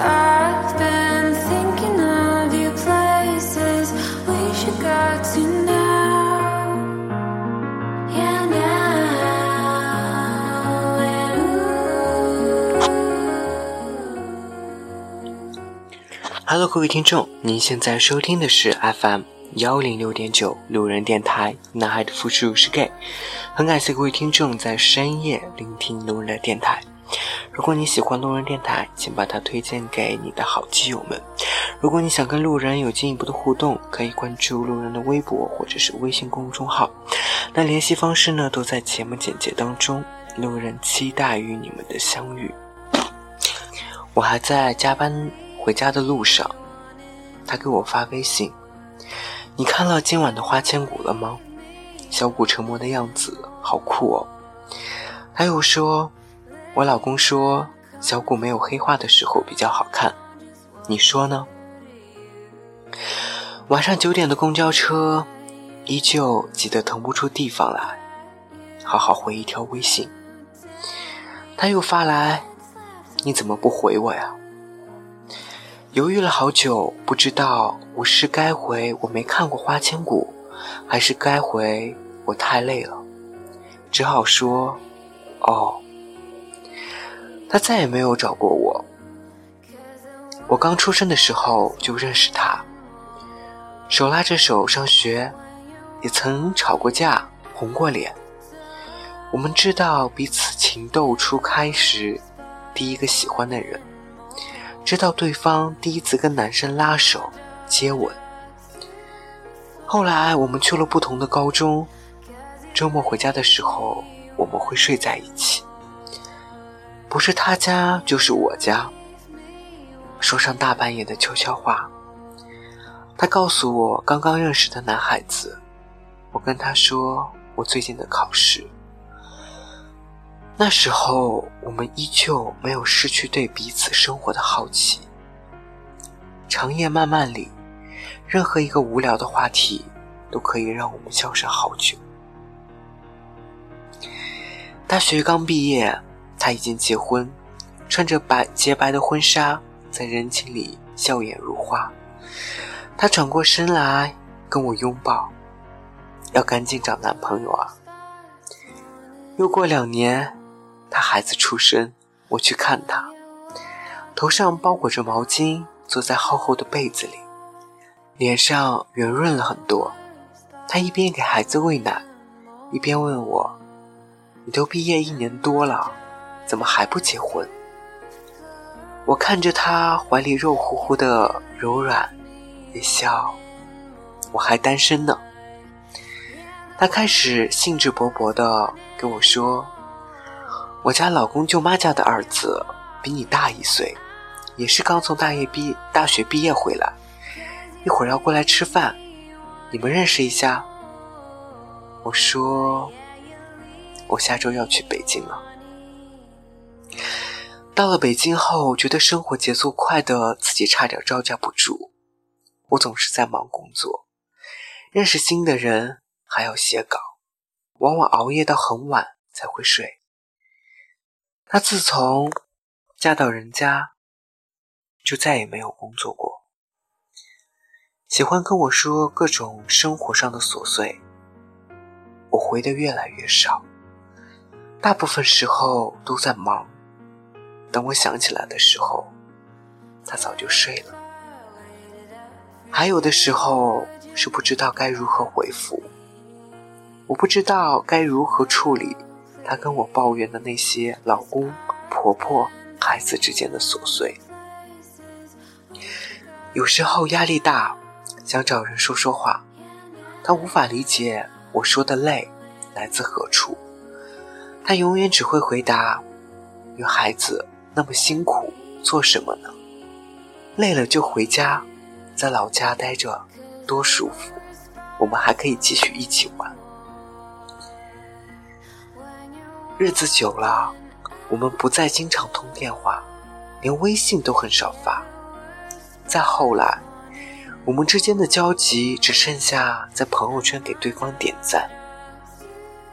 I've been thinking of you places we should go to now. Yeah, now and Hello， 各位听众，您现在收听的是 FM106.9 路人电台，男孩的复数是 gay。很感谢各位听众在深夜聆听路人的电台。如果你喜欢路人电台，请把它推荐给你的好基友们。如果你想跟路人有进一步的互动，可以关注路人的微博或者是微信公众号，那联系方式呢都在节目简介当中。路人期待与你们的相遇。我还在加班回家的路上，他给我发微信，你看了今晚的花千骨了吗？小骨成魔的样子好酷哦。他又说，我老公说小骨没有黑化的时候比较好看，你说呢？晚上9点的公交车依旧挤得腾不出地方来，好好回一条微信。他又发来，你怎么不回我呀？犹豫了好久，不知道我是该回我没看过花千骨，还是该回我太累了，只好说哦。他再也没有找过我。我刚出生的时候就认识他，手拉着手上学，也曾吵过架，红过脸。我们知道彼此情窦初开时第一个喜欢的人，知道对方第一次跟男生拉手接吻。后来我们去了不同的高中，周末回家的时候我们会睡在一起，不是他家就是我家，说上大半夜的悄悄话。他告诉我刚刚认识的男孩子，我跟他说我最近的考试。那时候我们依旧没有失去对彼此生活的好奇。长夜漫漫里，任何一个无聊的话题都可以让我们笑上好久。大学刚毕业，他已经结婚，穿着洁白的婚纱，在人群里笑颜如花。他转过身来跟我拥抱，要赶紧找男朋友啊。又过2年，他孩子出生，我去看他，头上包裹着毛巾，坐在厚厚的被子里，脸上圆润了很多。他一边给孩子喂奶，一边问我，你都毕业1年多了，怎么还不结婚？我看着他怀里肉乎乎的柔软，也笑，我还单身呢。他开始兴致勃勃地跟我说，我家老公舅妈家的儿子比你大1岁，也是刚从大学毕业回来，一会儿要过来吃饭，你们认识一下。我说我下周要去北京了。到了北京后，觉得生活节奏快的自己差点招架不住。我总是在忙工作，认识新的人，还要写稿，往往熬夜到很晚才会睡。他自从嫁到人家，就再也没有工作过，喜欢跟我说各种生活上的琐碎，我回得越来越少，大部分时候都在忙，等我想起来的时候，他早就睡了。还有的时候是不知道该如何回复，我不知道该如何处理他跟我抱怨的那些老公、婆婆、孩子之间的琐碎。有时候压力大，想找人说说话，他无法理解我说的累来自何处，他永远只会回答，女孩子那么辛苦做什么呢？累了就回家，在老家待着多舒服，我们还可以继续一起玩。日子久了，我们不再经常通电话，连微信都很少发。再后来，我们之间的交集只剩下在朋友圈给对方点赞。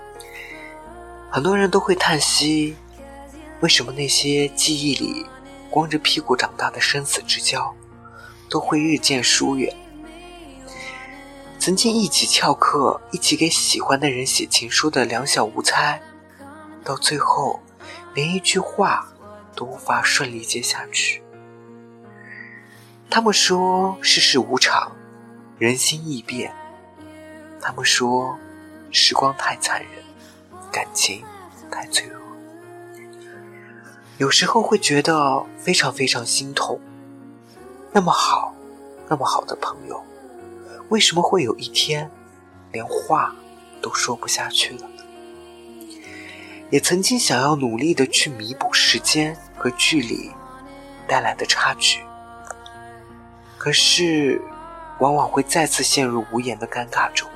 很多人都会叹息，为什么那些记忆里光着屁股长大的生死之交，都会日渐疏远。曾经一起翘课，一起给喜欢的人写情书的两小无猜，到最后连一句话都无法顺利接下去。他们说世事无常，人心易变，他们说时光太残忍，感情太脆弱。有时候会觉得非常非常心痛，那么好的朋友，为什么会有一天连话都说不下去了呢？也曾经想要努力地去弥补时间和距离带来的差距，可是往往会再次陷入无言的尴尬中。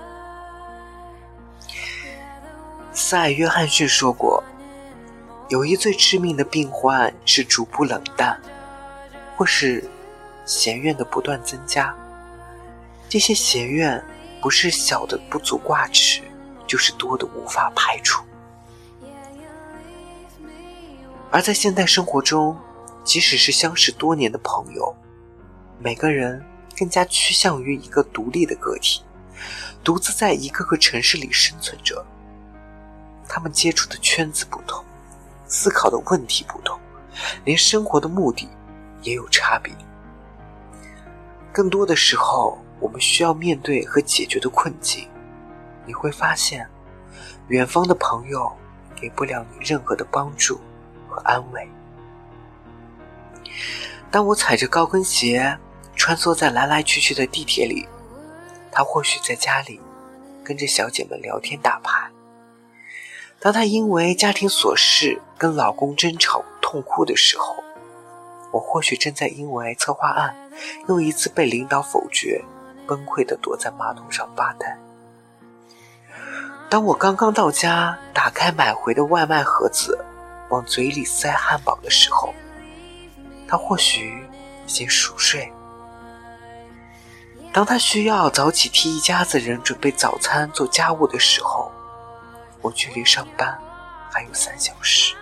斯艾约翰逊说过，有一最致命的病患是逐步冷淡，或是嫌怨的不断增加。这些嫌怨不是小的不足挂齿，就是多的无法排除。而在现代生活中，即使是相识多年的朋友，每个人更加趋向于一个独立的个体，独自在一个个城市里生存着。他们接触的圈子不同，思考的问题不同，连生活的目的也有差别。更多的时候，我们需要面对和解决的困境，你会发现，远方的朋友给不了你任何的帮助和安慰。当我踩着高跟鞋穿梭在来来去去的地铁里，他或许在家里跟着小姐们聊天打牌。当他因为家庭琐事跟老公争吵痛哭的时候，我或许正在因为策划案又一次被领导否决崩溃地躲在马桶上发呆。当我刚刚到家，打开买回的外卖盒子往嘴里塞汉堡的时候，他或许先熟睡。当他需要早起替一家子人准备早餐做家务的时候，我距离上班还有3小时。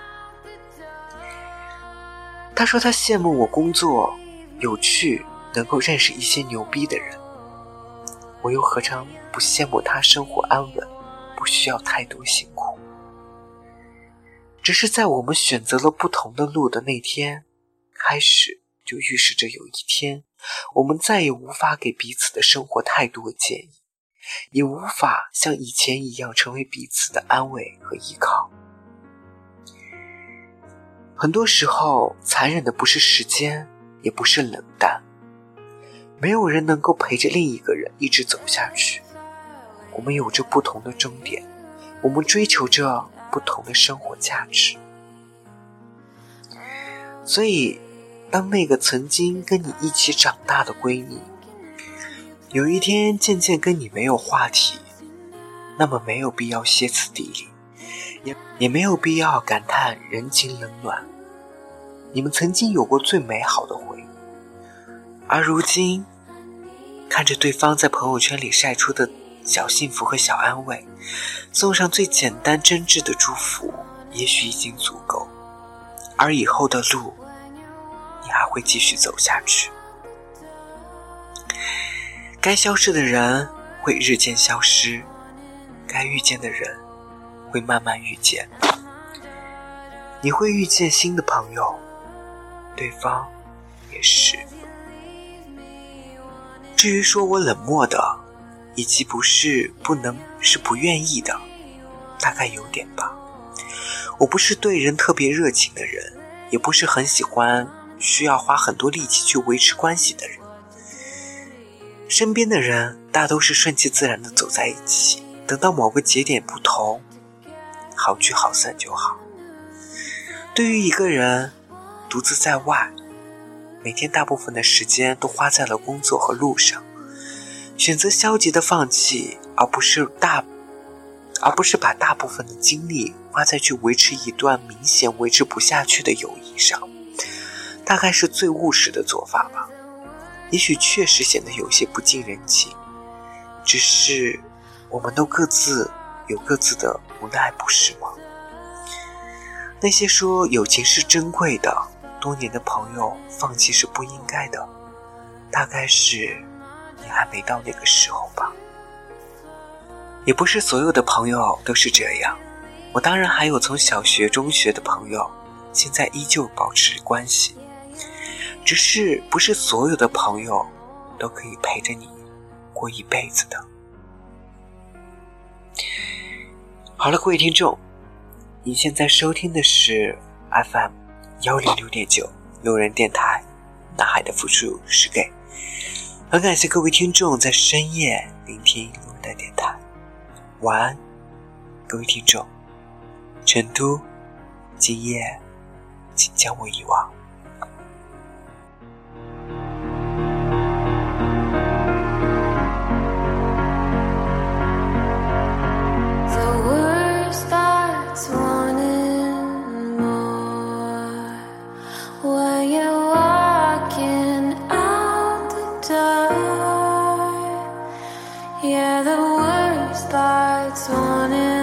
他说他羡慕我工作有趣，能够认识一些牛逼的人。我又何尝不羡慕他生活安稳，不需要太多辛苦。只是在我们选择了不同的路的那天开始，就预示着有一天我们再也无法给彼此的生活太多建议，也无法像以前一样成为彼此的安慰和依靠。很多时候，残忍的不是时间，也不是冷淡，没有人能够陪着另一个人一直走下去。我们有着不同的终点，我们追求着不同的生活价值。所以，当那个曾经跟你一起长大的闺蜜，有一天渐渐跟你没有话题，那么没有必要歇斯底里，也没有必要感叹人情冷暖。你们曾经有过最美好的回忆，而如今看着对方在朋友圈里晒出的小幸福和小安慰，送上最简单真挚的祝福，也许已经足够。而以后的路，你还会继续走下去。该消失的人会日渐消失，该遇见的人会慢慢遇见。你会遇见新的朋友，对方也是。至于说我冷漠的，以及不是不能，是不愿意的，大概有点吧。我不是对人特别热情的人，也不是很喜欢需要花很多力气去维持关系的人。身边的人大都是顺其自然地走在一起，等到某个节点不同，好聚好散就好。对于一个人独自在外，每天大部分的时间都花在了工作和路上，选择消极的放弃，而不是把大部分的精力花在去维持一段明显维持不下去的友谊上，大概是最务实的做法吧。也许确实显得有些不近人情，只是我们都各自有各自的无奈，不是吗？那些说友情是珍贵的， 多年的朋友放弃是不应该的，大概是你还没到那个时候吧。也不是所有的朋友都是这样，我当然还有从小学中学的朋友，现在依旧保持关系，只是不是所有的朋友都可以陪着你过一辈子的。好了，各位听众，你现在收听的是 FM 106.9路人电台，男孩的复数是 gay。很感谢各位听众在深夜聆听路人的电台，晚安，各位听众。成都，今夜请将我遗忘。 Yeah, the worst parts wanted